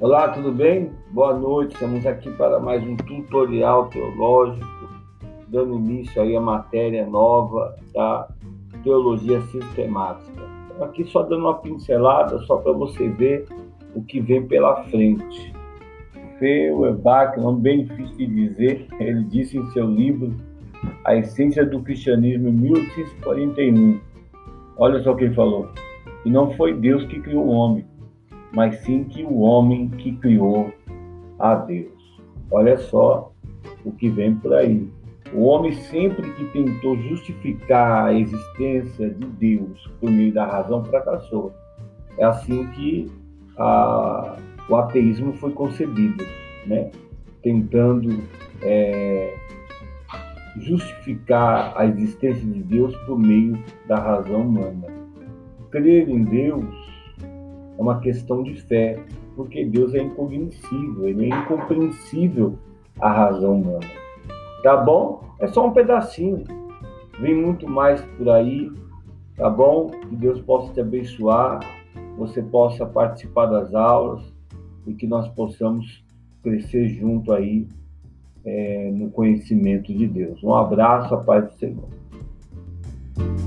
Olá, tudo bem? Boa noite. Estamos aqui para mais um tutorial teológico, dando início aí à matéria nova da teologia sistemática. Estou aqui só dando uma pincelada, só para você ver o que vem pela frente. Feuerbach, um nome bem difícil de dizer, ele disse em seu livro A Essência do Cristianismo, em 1841. Olha só o que ele falou. E não foi Deus que criou o homem, mas sim que o homem que criou a Deus. Olha só o que vem por aí. O homem sempre que tentou justificar a existência de Deus por meio da razão fracassou. É assim que o ateísmo foi concebido, né? Tentando justificar a existência de Deus por meio da razão humana. Crer em Deus é uma questão de fé, porque Deus é incognoscível, ele é incompreensível à razão humana. Tá bom? É só um pedacinho. Vem muito mais por aí, tá bom? Que Deus possa te abençoar, você possa participar das aulas e que nós possamos crescer junto aí no conhecimento de Deus. Um abraço, a paz do Senhor.